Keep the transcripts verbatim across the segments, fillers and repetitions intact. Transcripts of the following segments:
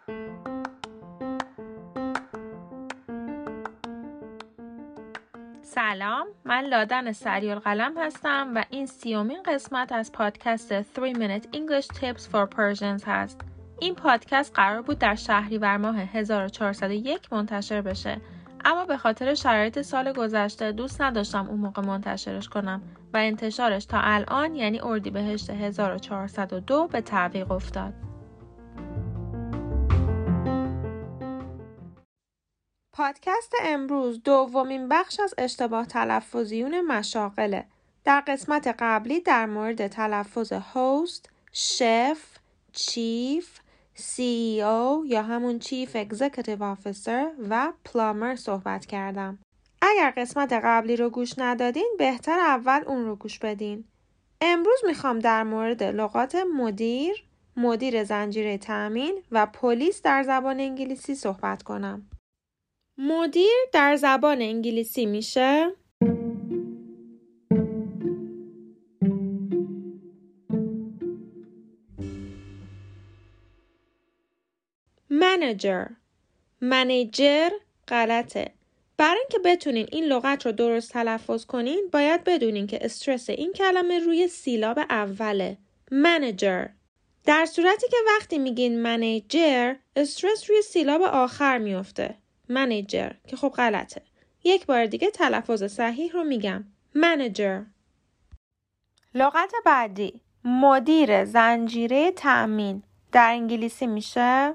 سلام، من لادن سریالقلم هستم و این سیومین قسمت از پادکست three minute English Tips for Persians هست. این پادکست قرار بود در شهریور ماه هزار و چهارصد و یک منتشر بشه، اما به خاطر شرایط سال گذشته دوست نداشتم اون موقع منتشرش کنم و انتشارش تا الان یعنی اردیبهشت هزار و چهارصد و دو به تعویق افتاد. پادکست امروز دومین بخش از اشتباه تلفظیون مشاغله. در قسمت قبلی در مورد تلفظ هوست، شف، چیف، سی ای او یا همون چیف اگزیکتیو آفیسر و پلامر صحبت کردم. اگر قسمت قبلی رو گوش ندادین بهتر اول اون رو گوش بدین. امروز میخوام در مورد لغات مدیر، مدیر زنجیره تأمین و پلیس در زبان انگلیسی صحبت کنم. مدیر در زبان انگلیسی میشه منیجر. منیجر غلطه. برای اینکه بتونین این لغت رو درست تلفظ کنین باید بدونین که استرس این کلمه روی سیلاب اوله. منیجر. در صورتی که وقتی میگین منیجر استرس روی سیلاب آخر میفته. منیجر که خب غلطه. یک بار دیگه تلفظ صحیح رو میگم. منیجر. لغت بعدی مدیر زنجیره تأمین در انگلیسی میشه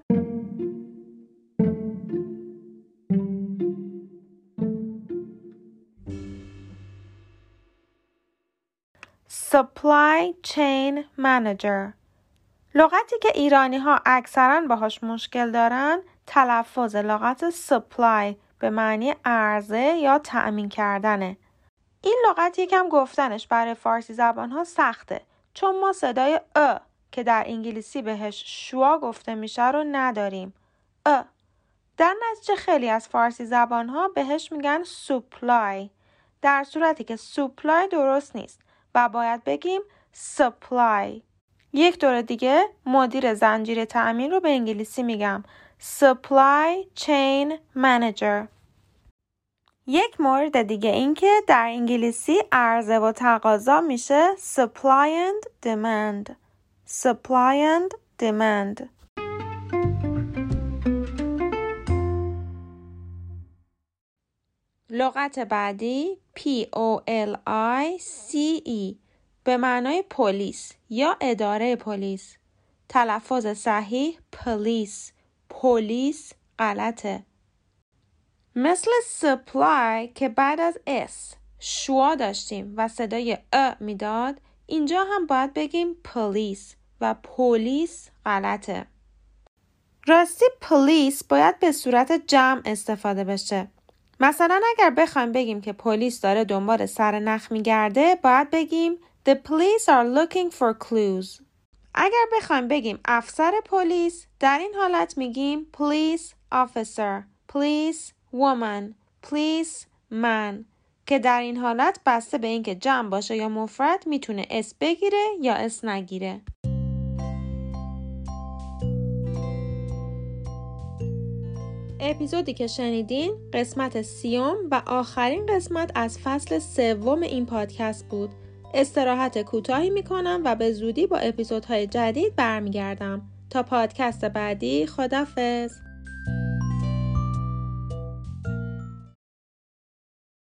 Supply Chain Manager. لغتی که ایرانی ها اکثراً باهاش مشکل دارن تلفظ لغت supply به معنی عرضه یا تأمین کردنه. این لغت یکم گفتنش برای فارسی زبان ها سخته چون ما صدای ا که در انگلیسی بهش شوا گفته میشه رو نداریم. ا. در نتیجه خیلی از فارسی زبان ها بهش میگن supply در صورتی که supply درست نیست و باید بگیم supply. یک دور دیگه مدیر زنجیره تأمین رو به انگلیسی میگم Supply Chain Manager. یک مورد دیگه این که در انگلیسی عرضه و تقاضا میشه Supply and Demand. Supply and Demand. لغت بعدی پی او ال آی سی ای به معنای پلیس یا اداره پلیس. تلفظ صحیح پلیس. پلیس غلطه. مثل supply که بعد از اس شوا داشتیم و صدای ا میداد اینجا هم باید بگیم پلیس و پلیس غلطه. راستی پلیس باید به صورت جمع استفاده بشه. مثلا اگر بخوایم بگیم که پلیس داره دنبال سرنخ میگرده باید بگیم The police are looking for clues. اگر بخوایم بگیم افسر پلیس در این حالت میگیم police officer, police woman, police man که در این حالت بسته به اینکه جمع باشه یا مفرد میتونه اس بگیره یا اس نگیره. اپیزودی که شنیدین قسمت سیوم و آخرین قسمت از فصل سوم این پادکست بود. استراحت کوتاهی میکنم و به زودی با اپیزودهای جدید برمیگردم. تا پادکست بعدی خداحافظ.